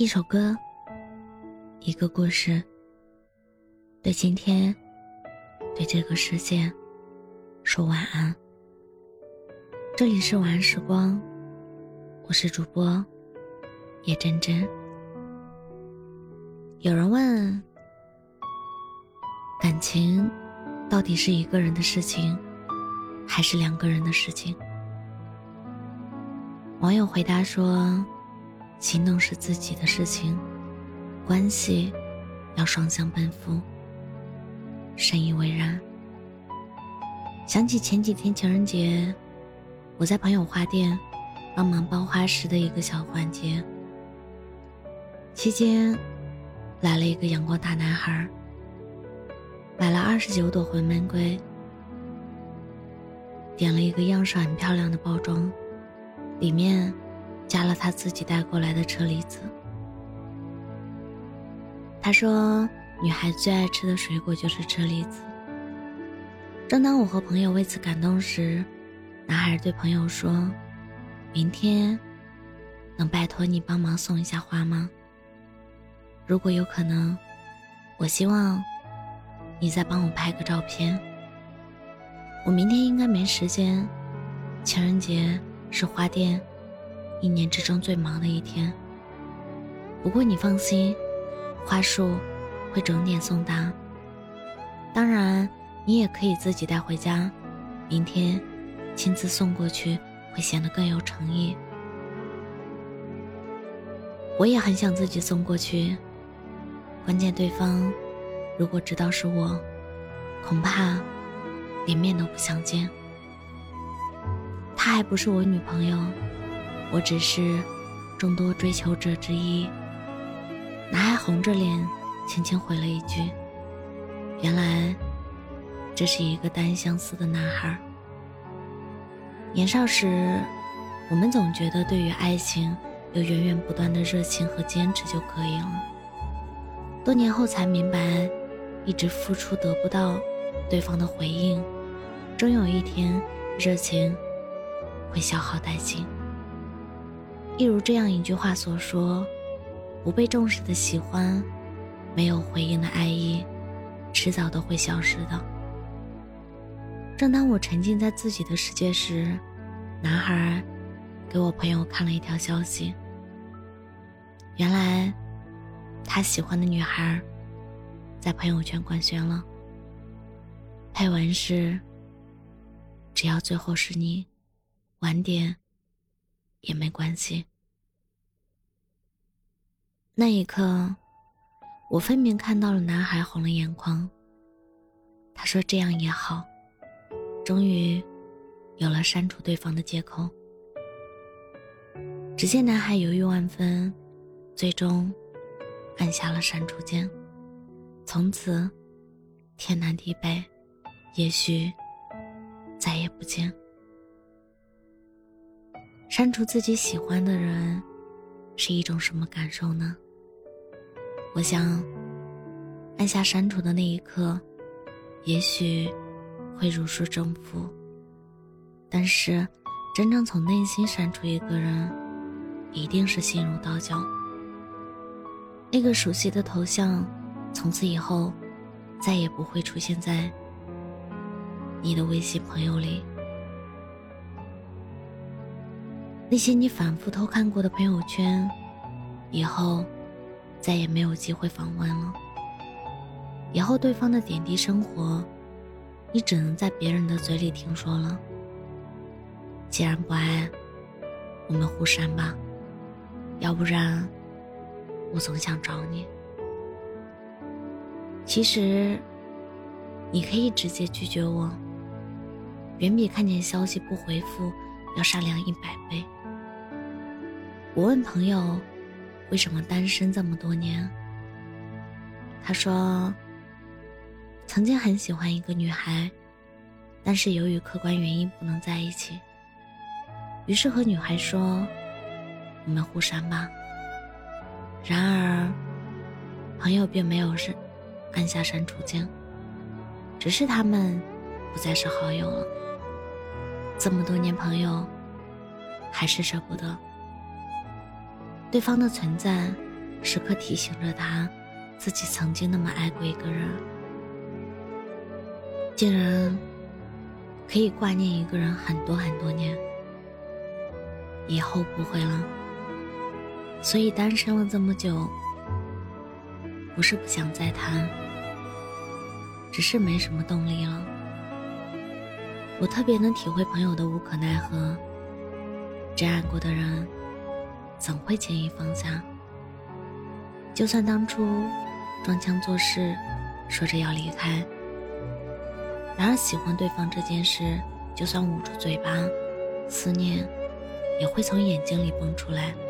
一首歌，一个故事，对今天，对这个世界说晚安。这里是晚安时光，我是主播叶真真。有人问，感情到底是一个人的事情还是两个人的事情？网友回答说，行动是自己的事情，关系要双向奔赴。深以为然。想起前几天情人节，我在朋友花店帮忙包花时的一个小环节，期间来了一个阳光大男孩，买了29朵红玫瑰，点了一个样式很漂亮的包装，里面加了他自己带过来的车厘子。他说女孩最爱吃的水果就是车厘子。正当我和朋友为此感动时，男孩对朋友说，明天能拜托你帮忙送一下花吗？如果有可能，我希望你再帮我拍个照片。我明天应该没时间，情人节是花店一年之中最忙的一天。不过你放心，花束会准点送达。当然你也可以自己带回家，明天亲自送过去会显得更有诚意。我也很想自己送过去，关键对方如果知道是我，恐怕连面都不想见。她还不是我女朋友，我只是众多追求者之一。男孩红着脸轻轻回了一句，原来这是一个单相思的男孩。年少时，我们总觉得对于爱情有源源不断的热情和坚持就可以了。多年后才明白，一直付出得不到对方的回应，终有一天热情会消耗殆尽。一如这样一句话所说，不被重视的喜欢，没有回应的爱意，迟早都会消失的。正当我沉浸在自己的世界时，男孩给我朋友看了一条消息，原来他喜欢的女孩在朋友圈官宣了，配文是，只要最后是你，晚点也没关系。那一刻，我分明看到了男孩红了眼眶。他说这样也好，终于有了删除对方的借口。只见男孩犹豫万分，最终按下了删除键。从此天南地北，也许再也不见。删除自己喜欢的人是一种什么感受呢？我想按下删除的那一刻，也许会如释重负，但是真正从内心删除一个人，一定是心如刀绞。那个熟悉的头像从此以后再也不会出现在你的微信朋友里。那些你反复偷看过的朋友圈，以后再也没有机会访问了。以后对方的点滴生活，你只能在别人的嘴里听说了。既然不爱，我们互删吧，要不然我总想找你。其实你可以直接拒绝我，远比看见消息不回复要善良100倍。我问朋友为什么单身这么多年，他说曾经很喜欢一个女孩，但是由于客观原因不能在一起，于是和女孩说我们互删吧。然而朋友并没有按下删除键，只是他们不再是好友了。这么多年朋友，还是舍不得。对方的存在时刻提醒着他自己曾经那么爱过一个人，竟然可以挂念一个人很多很多年，以后不会了。所以单身了这么久，不是不想再谈，只是没什么动力了。我特别能体会朋友的无可奈何，真爱过的人怎会轻易放下？就算当初装腔作势说着要离开，然而喜欢对方这件事，就算捂住嘴巴，思念也会从眼睛里蹦出来。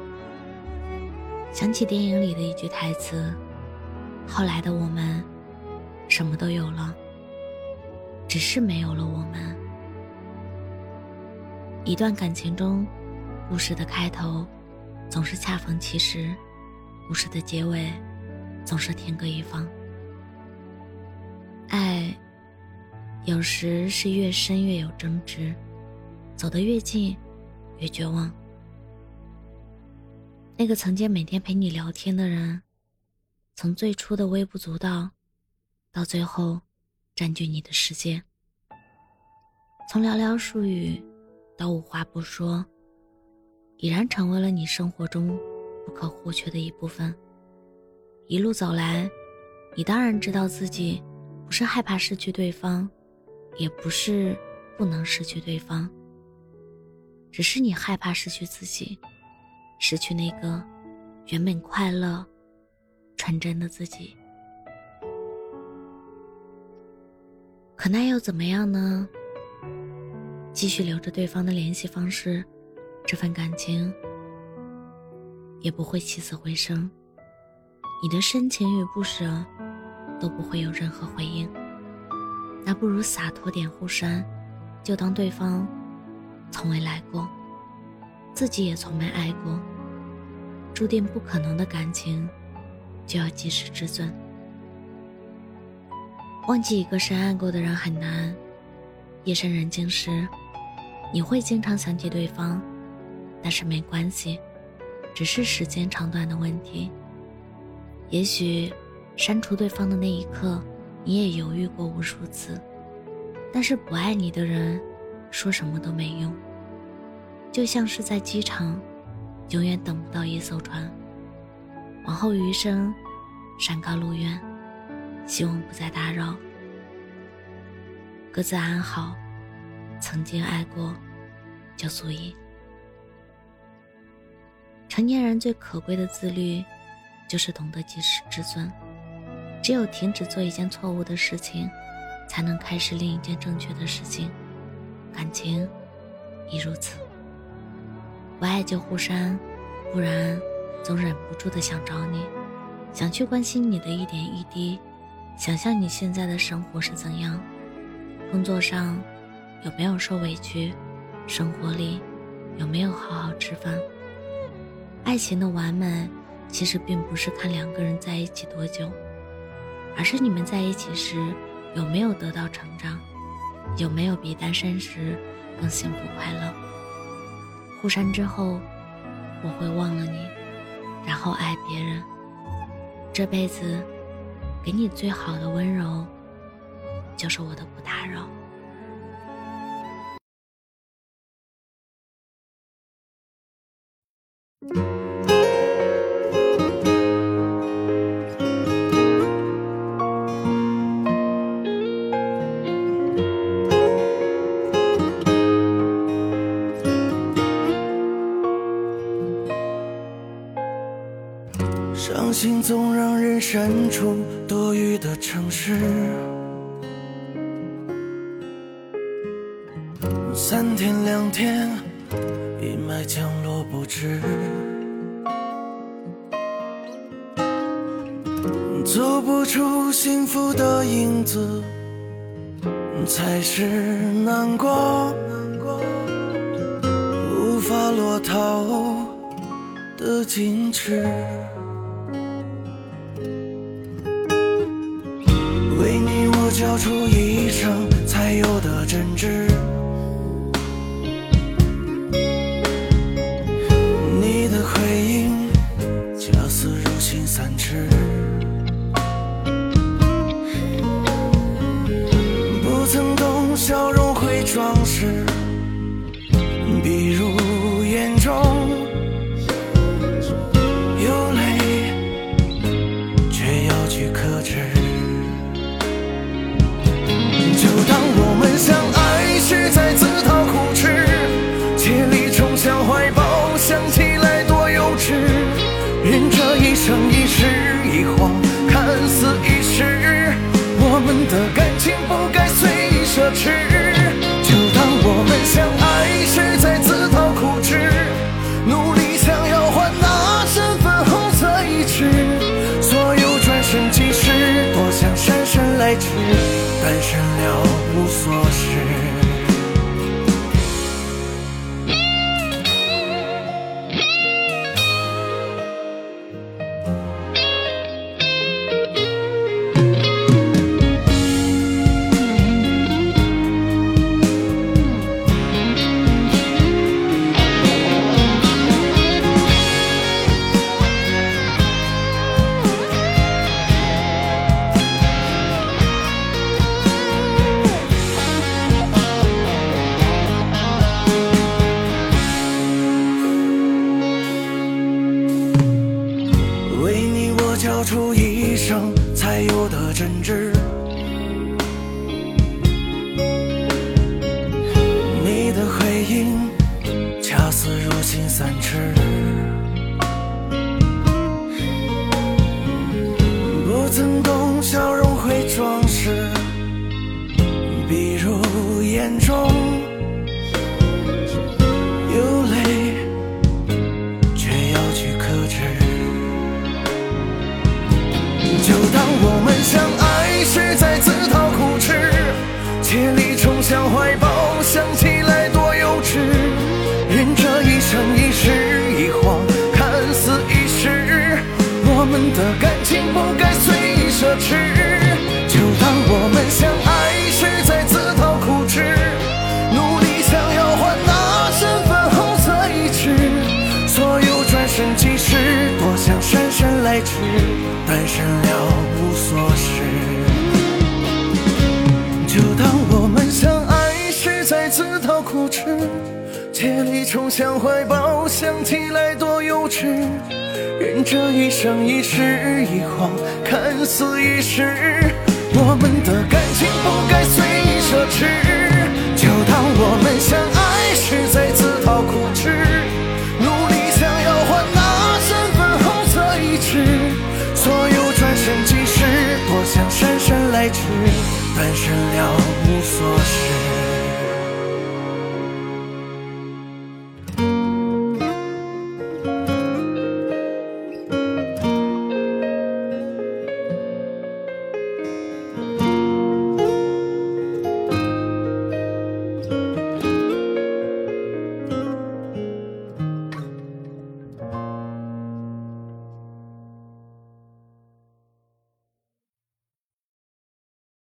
想起电影里的一句台词，后来的我们什么都有了，只是没有了我们。一段感情中，故事的开头总是恰逢其时，故事的结尾总是天各一方。爱有时是越深越有争执，走得越近越绝望。那个曾经每天陪你聊天的人，从最初的微不足道到最后占据你的世界，从寥寥数语到无话不说，已然成为了你生活中不可或缺的一部分。一路走来，你当然知道自己不是害怕失去对方，也不是不能失去对方，只是你害怕失去自己，失去那个原本快乐纯真的自己。可那又怎么样呢？继续留着对方的联系方式，这份感情也不会起死回生，你的深情与不舍都不会有任何回应。那不如洒脱点护山，就当对方从未来过，自己也从没爱过，注定不可能的感情就要及时止损。忘记一个深爱过的人很难，夜深人静时你会经常想起对方，但是没关系，只是时间长短的问题。也许删除对方的那一刻你也犹豫过无数次，但是不爱你的人说什么都没用，就像是在机场永远等不到一艘船，往后余生山高路远，希望不再打扰，各自安好，曾经爱过就足以。成年人最可贵的自律，就是懂得及时止损。只有停止做一件错误的事情，才能开始另一件正确的事情。感情亦如此，不爱就互删，不然总忍不住的想找你，想去关心你的一点一滴，想象你现在的生活是怎样，工作上有没有受委屈，生活里有没有好好吃饭。爱情的完美其实并不是看两个人在一起多久，而是你们在一起时有没有得到成长，有没有比单身时更幸福快乐。互删之后我会忘了你，然后爱别人。这辈子给你最好的温柔，就是我的不打扰。 伤心总让人删除多余的城市，3天2天，阴霾降落不止，走不出幸福的影子，才是难过，无法落逃的矜持。为你我交出一生才有的真挚，你的回应恰似如单身了无所事。交出一生才有的真挚，你的回应恰似如新三尺，不曾懂笑容会装饰，比如眼中有泪却要去克制。就当我们相爱是在自讨苦吃，竭力冲向怀抱，想起来多幼稚。人这一生一世一晃，看似一世，我们的感情不该随意奢侈。就当我们相爱是在自讨苦吃，努力想要换那身份红色一纸，所有转瞬即逝，多想姗姗来迟。单身了无所事，就当我们相爱是在自讨苦吃，竭力冲向怀抱，想起来多幼稚。人这一生一世一晃，看似一世，我们的感情不该随意奢侈。就当我们相爱是在自讨苦吃，努力想要换那身份红色一纸，所有转瞬即逝，多想姗姗来迟。单身了无所事。